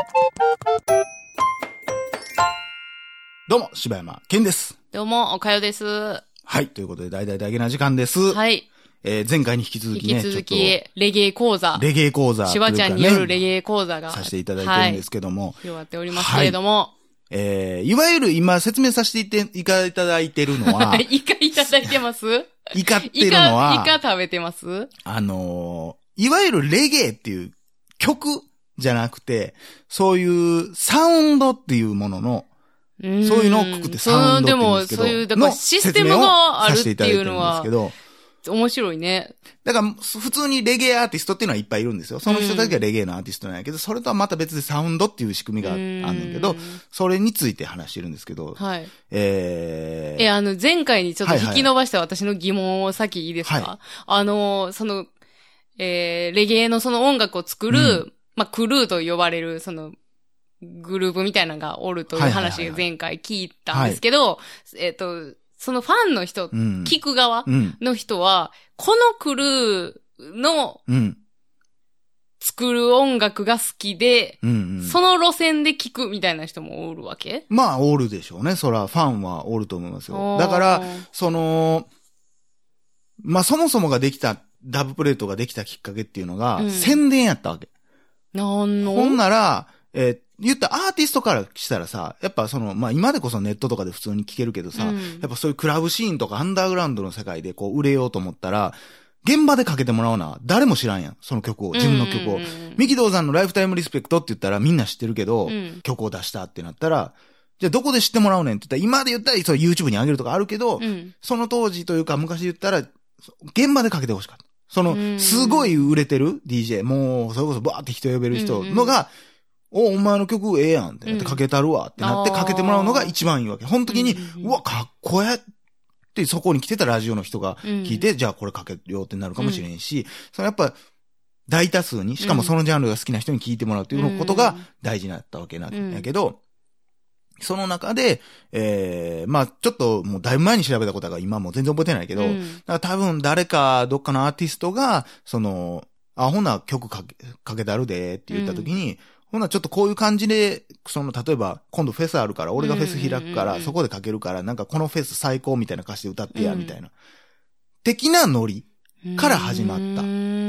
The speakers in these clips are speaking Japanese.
どうも、柴山健です。 どうも、おかよです。はい、ということで、大々大げな時間です。 はい。 前回に引き続きね、 レゲエ講座。 レゲエ講座。 柴ちゃんによるレゲエ講座が。 させていただいてるんですけども。 広がっておりますけれども。 いわゆる今説明させていただいてるのは。 イカいただいてますイカっていうのは。 イカ食べてます？ いわゆるレゲエっていう曲じゃなくて、そういうサウンドっていうものの、そういうのをくくってサウンドって言うんですけど、 でも、そういう、だからシステムがあるっていうのは、面白いね。 だから、普通にレゲエアーティストっていうのはいっぱいいるんですよ。その人たちがレゲエのアーティストなんやけど、それとはまた別でサウンドっていう仕組みがあるんだけど、それについて話してるんですけど。 はい。前回にちょっと引き伸ばした私の疑問を先いいですか？はい、レゲエのその音楽を作る、クルーと呼ばれる、グループみたいなのがおるという話を前回聞いたんですけど、そのファンの人、聞く側の人は、このクルーの作る音楽が好きで、その路線で聞くみたいな人もおるわけ？ まあ、おるでしょうね。そら、ファンはおると思いますよ。だから、そもそもができた、ダブプレートができたきっかけっていうのが、宣伝やったわけ。ほんなら、言ったアーティストからしたらさ、やっぱ今でこそネットとかで普通に聞けるけどさ、やっぱそういうクラブシーンとかアンダーグラウンドの世界でこう売れようと思ったら、現場でかけてもらうな。誰も知らんやん。その曲を、自分の曲を。三木道山のライフタイムリスペクトって言ったらみんな知ってるけど、曲を出したってなったら、じゃあどこで知ってもらうねんって言ったら、今で言ったらそう YouTube に上げるとかあるけど、その当時というか昔言ったら、現場でかけてほしかった。すごい売れてる DJ、もう、それこそバーって人呼べる人のが、お前の曲ええやんってなってかけたるわってなってかけてもらうのが一番いいわけ。本当に、うわ、かっこええってそこに来てたラジオの人が聞いて、じゃあこれかけようってなるかもしれんし、やっぱ、大多数に、しかもそのジャンルが好きな人に聞いてもらうっていうことが大事だったわけなんやけど、その中で、ちょっともうだいぶ前に調べたことが今もう全然覚えてないけど、だから多分誰かどっかのアーティストが、ほんな曲かけてあるでって言った時に、ほなちょっとこういう感じで、例えば今度フェスあるから、俺がフェス開くから、そこでかけるから、なんかこのフェス最高みたいな歌詞で歌ってや、みたいな。的なノリから始まった。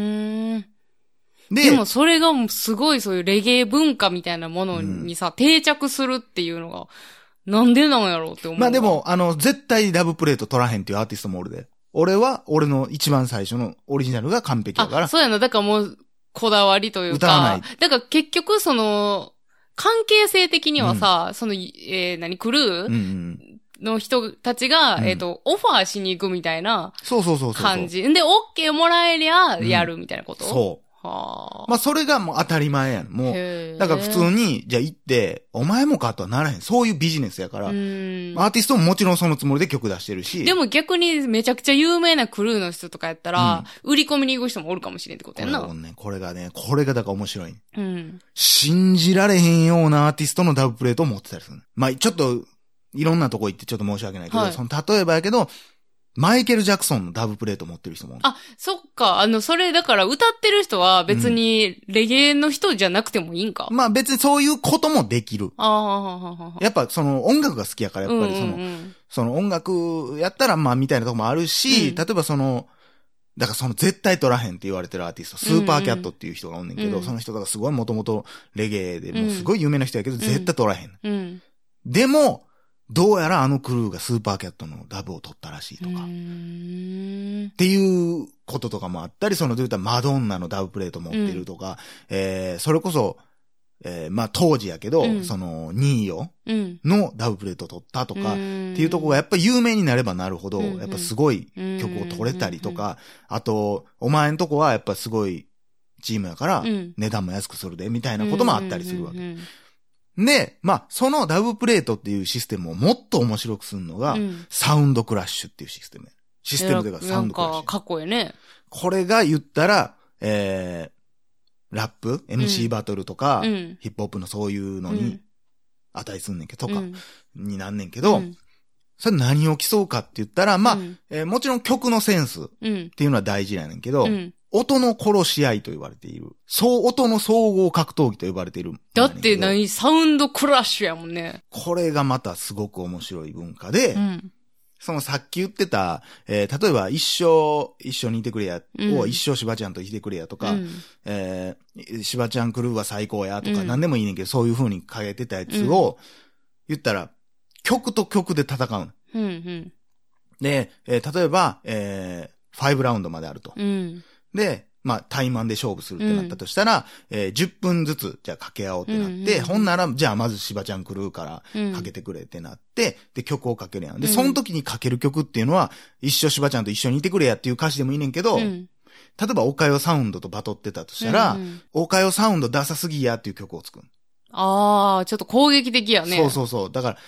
でもそれがすごいそういうレゲエ文化みたいなものにさ、定着するっていうのが、なんでなんやろうって思う。 まあでも、絶対ラブプレート取らへんっていうアーティストもおるで。俺の一番最初のオリジナルが完璧だから。 そうやな。だからもう、こだわりというか。 歌わない。 だから結局関係性的にはさ、クルーの人たちが、オファーしに行くみたいな感じ。で、OK もらえりゃやるみたいなこと？ そう。それがもう当たり前やん。もう、だから普通に、じゃあ行って、お前もかとはならへん。そういうビジネスやから。アーティストももちろんそのつもりで曲出してるし。 でも逆にめちゃくちゃ有名なクルーの人とかやったら、売り込みに行く人もおるかもしれんってことやんな。 これがだから面白い。信じられへんようなアーティストのダブプレートを持ってたりする。ちょっと、いろんなとこ行ってちょっと申し訳ないけど、例えばやけど、マイケル・ジャクソンのダブプレート持ってる人も。 そっか。それだから歌ってる人は別にレゲエの人じゃなくてもいいんか？ 別にそういうこともできる。やっぱ音楽が好きやから、やっぱり音楽やったらみたいなとこもあるし、例えばだから絶対取らへんって言われてるアーティスト、スーパーキャットっていう人がおんねんけど、その人がすごいもともとレゲエで、もうすごい有名な人やけど、絶対取らへん。でも、どうやらあのクルーがスーパーキャットのダブを取ったらしいとか。っていうこととかもあったり、言ったらマドンナのダブプレート持ってるとか、それこそ、当時やけど、ニーヨのダブプレート取ったとか、っていうとこがやっぱり有名になればなるほど、やっぱすごい曲を取れたりとか、あと、お前んとこはやっぱすごいチームやから、値段も安くするで、みたいなこともあったりするわけ。で、そのダブプレートっていうシステムをもっと面白くするのが、サウンドクラッシュっていうシステム。システムでがサウンドクラッシュ。 かっこいいね。 これが言ったら、ラップ、MC バトルとか、ヒップホップのそういうのに値すんねんけど、とか、になんねんけど、それ何を競うかって言ったら、もちろん曲のセンスっていうのは大事やねんけど、 音の殺し合いと言われている。音の総合格闘技と呼ばれている。 だってサウンドクラッシュやもんね。 これがまたすごく面白い文化で、そのさっき言ってた、例えば一緒にいてくれや、一生しばちゃんといてくれやとか、しばちゃんクルーは最高やとか、何でもいいねんけど、そういう風に書いてたやつを、言ったら、曲と曲で戦うの。で、例えば、5ラウンドまであると。で、まあ、タイマンで勝負するってなったとしたら、10分ずつ、じゃあ掛け合おうってなって、ほんなら、じゃあまずしばちゃんクルーからかけてくれってなって、で、曲をかけるやん。で、その時にかける曲っていうのは、一緒しばちゃんと一緒にいてくれやっていう歌詞でもいいねんけど、例えば、おかよサウンドとバトってたとしたら、おかよサウンドダサすぎやっていう曲を作る。 ああ、ちょっと攻撃的やね。 そう。だから、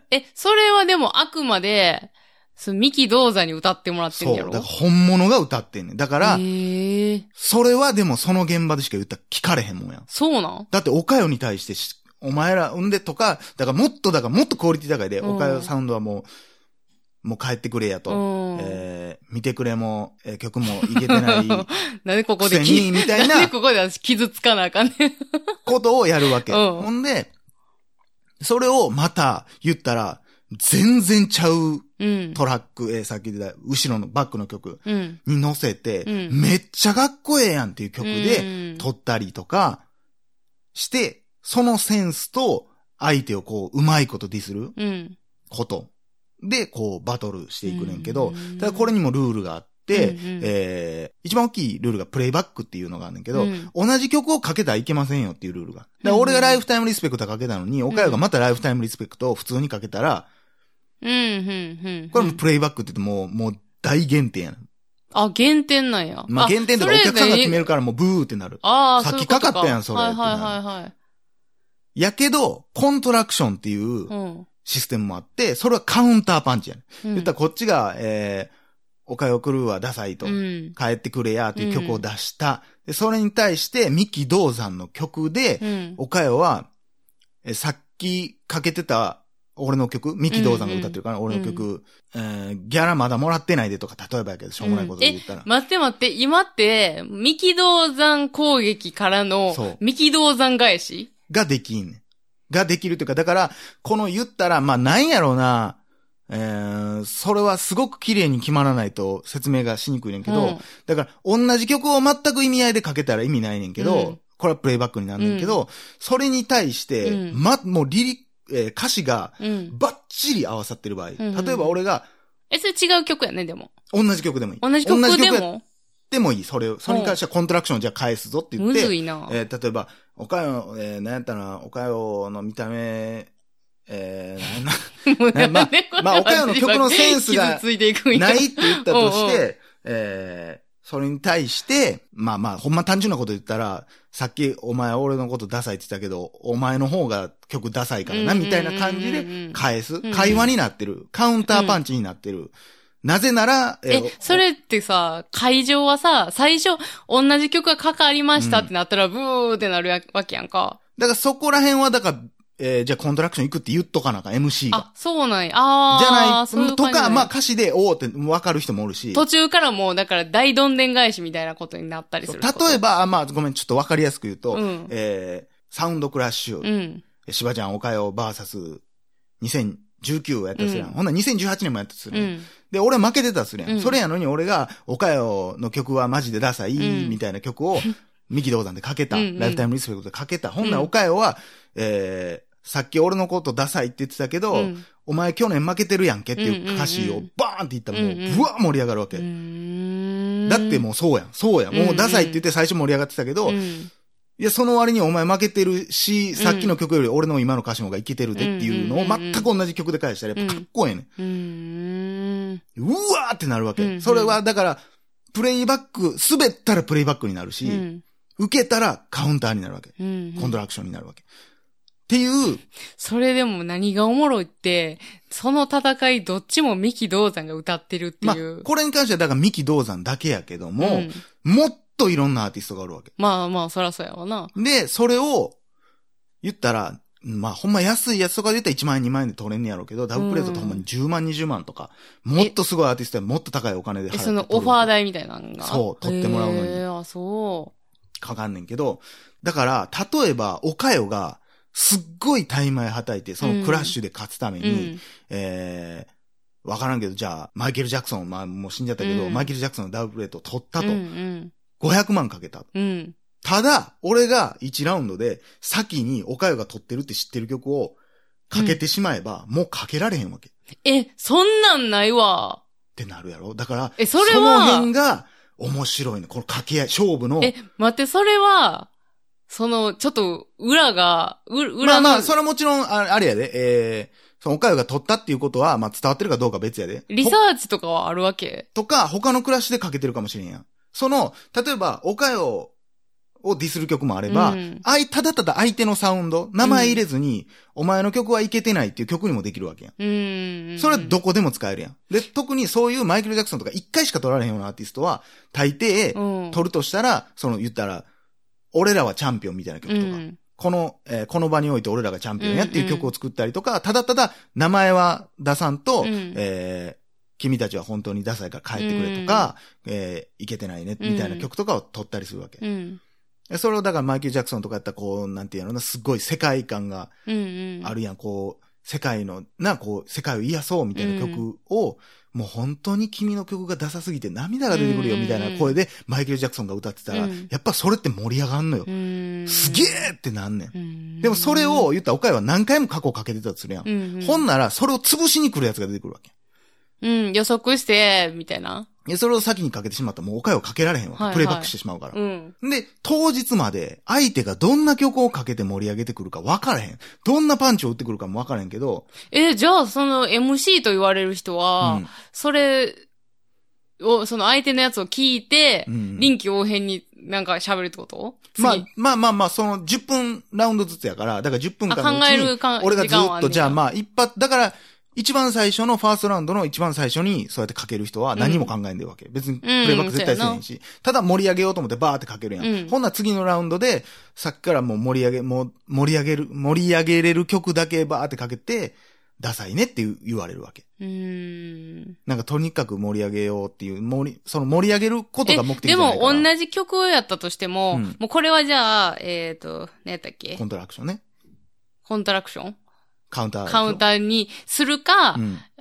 それはでもあくまで、三木道山に歌ってもらってんやろ。 そう。だから本物が歌ってんねん。だから、それはでもその現場でしか聞かれへんもんやん。 そうなん？ だっておかよに対してお前ら産んでとか、だからもっとクオリティ高いで、おかよサウンドはもう帰ってくれやと。見てくれも、曲もいけてない。 なんでここでみたいな。 なんでここで私傷つかなあかんねん。 ことをやるわけ。ほんで、それをまた言ったら、全然ちゃうトラック、さっき言った後ろのバックの曲に乗せて、めっちゃかっこええやんっていう曲で撮ったりとかして、そのセンスと相手をこう、うまいことディスることで、こう、バトルしていくねんけど、ただこれにもルールがあって、一番大きいルールがプレイバックっていうのがあるんだけど、同じ曲をかけたらいけませんよっていうルールが。だから俺がライフタイムリスペクトかけたのに、岡山がまたライフタイムリスペクトを普通にかけたら、これもプレイバックって言ってもう大減点やな。 あ、減点なんや。 まあ減点とかお客さんが決めるからもうブーってなる。さっきかかったやん、それ。 はい。 やけど、コントラクションっていうシステムもあって、それはカウンターパンチやね。言ったらこっちが、おかよクルーはダサいと、帰ってくれやっていう曲を出した。でそれに対して三木道山の曲で、おかよは、さっきかけてた俺の曲、三木道山が歌ってるから、俺の曲、ギャラまだもらってないでとか、例えばやけど、しょうもないこと言ったら。 待って、今って、三木道山攻撃からの、三木道山返しができんねん。ができるというか、だから、この言ったら、まあ、なんやろうな、それはすごく綺麗に決まらないと説明がしにくいねんけど、だから、同じ曲を全く意味合いでかけたら意味ないねんけど、これはプレイバックになんねんけど、それに対して、もう歌詞がバッチリ合わさってる場合。例えば俺が、 それ違う曲やね、でも。 同じ曲でもいい。 同じ曲でもでもいい。それに関してはコントラクションじゃ返すぞって言って。 むずいな。 例えば、おかよ、なんやったら、おかよの見た目、まあ、おかよの曲のセンスがないって言ったとして、それに対して、まあ、ほんま単純なこと言ったら、さっきお前俺のことダサいって言ったけど、お前の方が曲ダサいからな、みたいな感じで返す。会話になってる。カウンターパンチになってる。なぜなら、 それってさ、会場はさ、最初、同じ曲がかかりましたってなったら、ブーってなるわけやんか。 だからそこら辺は、だから、じゃあコントラクション行くって言っとかなあかん、MC が。 あ、そうなんや。じゃない、とか、まあ歌詞で、おーって分かる人もおるし。 途中からもう、だから大どんでん返しみたいなことになったりする。 例えば、まあごめん、ちょっと分かりやすく言うと、サウンドクラッシュ、しばちゃんおかよバーサス2019をやったとするやん。ほんなら2018年もやったとするやん。で、俺負けてたとするやん。それやのに俺が、おかよの曲はマジでダサい、みたいな曲を、三木道山でかけた。ライフタイムリスペクトでかけた。ほんならおかよは、さっき俺のことダサいって言ってたけど、お前去年負けてるやんけっていう歌詞をバーンって言ったらもう、ぶわ盛り上がるわけ。だってもうそうやん。もうダサいって言って最初盛り上がってたけど、いや、その割にお前負けてるし、さっきの曲より俺の今の歌詞の方がいけてるでっていうのを全く同じ曲で返したらやっぱかっこええねん。うわーってなるわけ。それはだから、プレイバック、滑ったらプレイバックになるし、受けたらカウンターになるわけ。コントラクションになるわけ。っていう。 それでも何がおもろいって、その戦いどっちも三木道山が歌ってるっていう。 まあ、これに関してはだから三木道山だけやけども、もっといろんなアーティストがおるわけ。 まあ、そらそうやわな。 で、それを、言ったら、 まあ、ほんま安いやつとかで言ったら1万円2万円で取れんねやろうけど、ダブルプレートってほんまに10万20万とか、もっとすごいアーティストはもっと高いお金で払ってそのオファー代みたいなのが。 そう、取ってもらうのに。 あ、そう。 かかんねんけど、だから、例えば、おかよが、すっごい大枚はたいて、そのクラッシュで勝つために、わからんけど、じゃあ、マイケル・ジャクソン、まあもう死んじゃったけど、マイケル・ジャクソンのダブルプレートを取ったと。500万かけた。ただ、俺が1ラウンドで先におかよが撮ってるって知ってる曲をかけてしまえば、もうかけられへんわけ。 そんなんないわ。 ってなるやろ。だから、 それは、 その辺が面白いの。この掛け合い、勝負の。 待って、それは、ちょっと、裏の。 まあまあ、それはもちろん、あれやで、そのおかよが撮ったっていうことは、まあ伝わってるかどうか別やで。 リサーチとかはあるわけとか、他のクラッシュでかけてるかもしれんやん。例えば、おかよをディスる曲もあれば、ただただ相手のサウンド、名前入れずに、お前の曲はいけてないっていう曲にもできるわけやん。それはどこでも使えるやん。で、特にそういうマイケル・ジャクソンとか一回しか撮られへんようなアーティストは、大抵、撮るとしたら、言ったら、俺らはチャンピオンみたいな曲とか、この場において俺らがチャンピオンやっていう曲を作ったりとか、ただただ名前は出さんと、君たちは本当にダサいから帰ってくれとか、いけてないね、みたいな曲とかを撮ったりするわけ。それをだからマイケル・ジャクソンとかやったらなんていうのな、すごい世界観があるやん、世界を癒そうみたいな曲を、もう本当に君の曲がダサすぎて涙が出てくるよみたいな声でマイケル・ジャクソンが歌ってたら、やっぱそれって盛り上がんのよ。すげーってなんねん。でもそれを言ったら岡山は何回も過去かけてたとするやん。ほんならそれを潰しに来るやつが出てくるわけ。 予測して、みたいな。 それを先にかけてしまったらもうおかよかけられへんわけ。プレイバックしてしまうから。で、当日まで相手がどんな曲をかけて盛り上げてくるか分からへん。どんなパンチを打ってくるかも分からへんけど。 じゃあその MC と言われる人は、それを、その相手のやつを聞いて、臨機応変になんか喋るってこと？ まあ、その10分ラウンドずつやから、だから10分間のうちに、俺がずっとじゃあまあ一発、だから、一番最初のファーストラウンドの一番最初にそうやってかける人は何も考えんでるわけ。別にプレイバック絶対せえへんし。ただ盛り上げようと思ってバーってかけるやん。ほんなら次のラウンドで、さっきからもう盛り上げれる曲だけバーってかけて、ダサいねって言われるわけ。なんかとにかく盛り上げようっていう、その盛り上げることが目的じゃないから。 でも同じ曲やったとしても、もうこれはじゃあ、何やったっけ？ コントラクションね。 コントラクション？ カウンターにするか、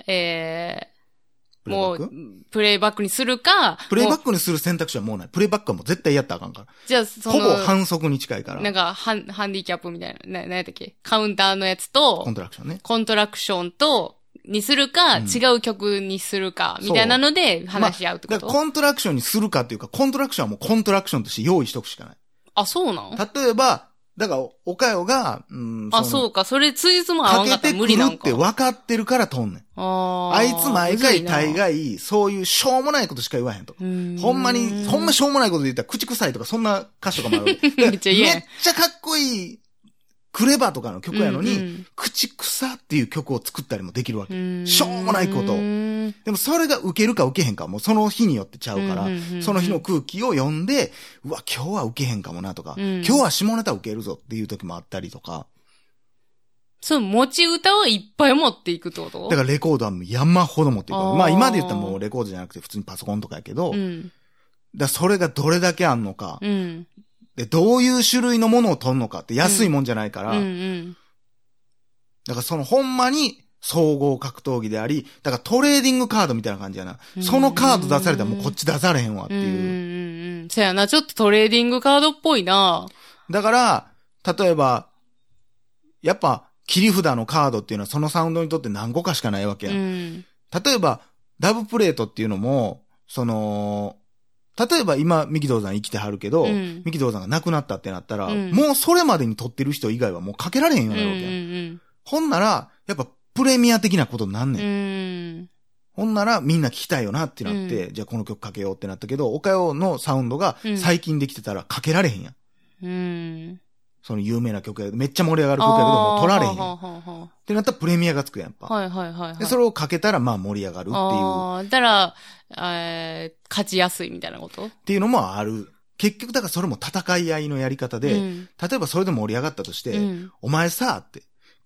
もう、プレイバックにするか、 プレイバックにする選択肢はもうない。プレイバックはもう絶対やったらあかんから。 じゃあ、 ほぼ反則に近いから。 なんか、ハンディキャップみたいな、何やったっけ？カウンターのやつと、 コントラクションね。 コントラクションと、にするか、違う曲にするか、みたいなので話し合うってこと？ コントラクションにするかっていうか、コントラクションはもうコントラクションとして用意しとくしかない。 あ、そうなん？ 例えば、だから、おかよが、 そうか。それ、ついつも合わんかったら無理なんか。 かけてくるって分かってるからとんねん。あいつ毎回大概、そういうしょうもないことしか言わへんと。ほんましょうもないことで言ったら口臭いとかそんな歌詞とかもある。めっちゃかっこいい、クレバとかの曲やのに、口臭っていう曲を作ったりもできるわけ。しょうもないことを。でもそれが受けるか受けへんかもうその日によってちゃうから、その日の空気を読んで、うわ、今日は受けへんかもなとか、今日は下ネタ受けるぞっていう時もあったりとか。 持ち歌をいっぱい持っていくってこと？ だからレコードは山ほど持っていく。まあ今で言ったらもうレコードじゃなくて普通にパソコンとかやけど、だそれがどれだけあんのか、で、どういう種類のものを取るのかって安いもんじゃないから、だからそのほんまに総合格闘技であり、だからトレーディングカードみたいな感じやな。そのカード出されたらもうこっち出されへんわっていう。 そやな、ちょっとトレーディングカードっぽいな。 だから、例えば、やっぱ切り札のカードっていうのはそのサウンドにとって何個かしかないわけや。例えば、ダブプレートっていうのも、例えば今、三木道山生きてはるけど、三木道山が亡くなったってなったら、もうそれまでに取ってる人以外はもうかけられへんようになるわけや。ほんなら、やっぱプレミア的なことになんねん。ほんならみんな聞きたいよなってなって、じゃあこの曲かけようってなったけど、おかよのサウンドが最近できてたらかけられへんやん。その有名な曲や、めっちゃ盛り上がる曲やけど、もう取られへんやん。ってなったらプレミアがつくやん、やっぱ。で、それをかけたらまあ盛り上がるっていう。 だから、勝ちやすいみたいなことっていうのもある。結局だからそれも戦い合いのやり方で、例えばそれで盛り上がったとして、お前さ、って、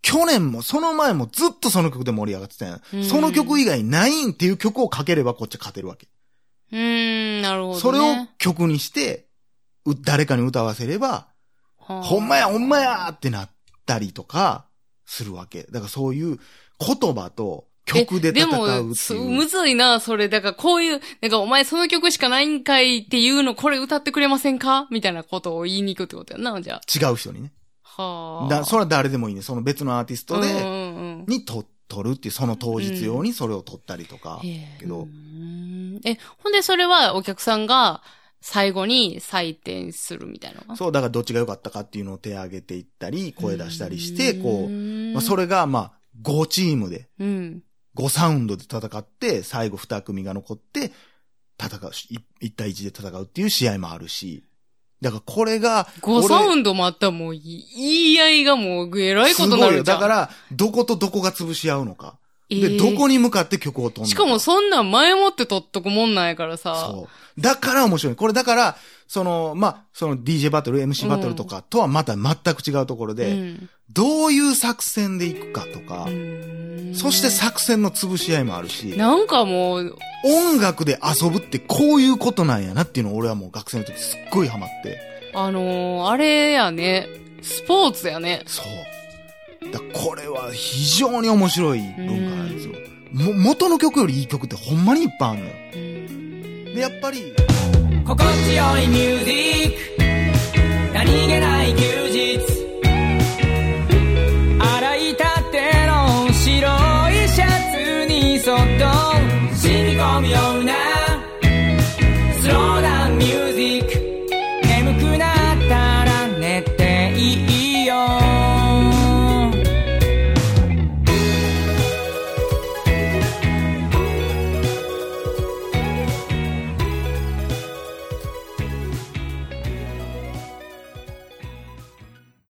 去年もその前もずっとその曲で盛り上がってたやん。その曲以外ないんっていう曲をかければこっち勝てるわけ。 なるほど、ね。 それを曲にして、誰かに歌わせれば、ほんまやってなったりとか、するわけ。だからそういう言葉と曲で戦うっていう。 でも、むずいな、それ。だからこういう、なんかお前その曲しかないんかいっていうのこれ歌ってくれませんかみたいなことを言いに行くってことやんな、じゃあ。 違う人にね。それは誰でもいいね。その別のアーティストで、に撮るっていう、その当日用にそれを撮ったりとか。けど。 ほんでそれはお客さんが最後に採点するみたいなの？ そう、だからどっちが良かったかっていうのを手挙げていったり、声出したりして、こう、それが5チームで、5サウンドで戦って、最後2組が残って、1対1で戦うっていう試合もあるし、だからこれが、 5サウンドもあったらもう言い合いがもうえらいことになるじゃん。すごいよ。 だから、どことどこが潰し合うのか。で、どこに向かって曲を飛んでしかもそんなん前もって撮っとくもんなんやからさ。 そう。だから面白い。これだから、その DJ バトル、MC バトルとかとはまた全く違うところで、どういう作戦でいくかとか、そして作戦の潰し合いもあるし、 なんかもう、 音楽で遊ぶってこういうことなんやなっていうのを俺はもう学生の時すっごいハマって。 あれやね、スポーツやね。 そう。これは非常に面白い文化なんですよ。元の曲よりいい曲ってほんまにいっぱいあるのよ。で、やっぱり、 心地よいミュージック、何気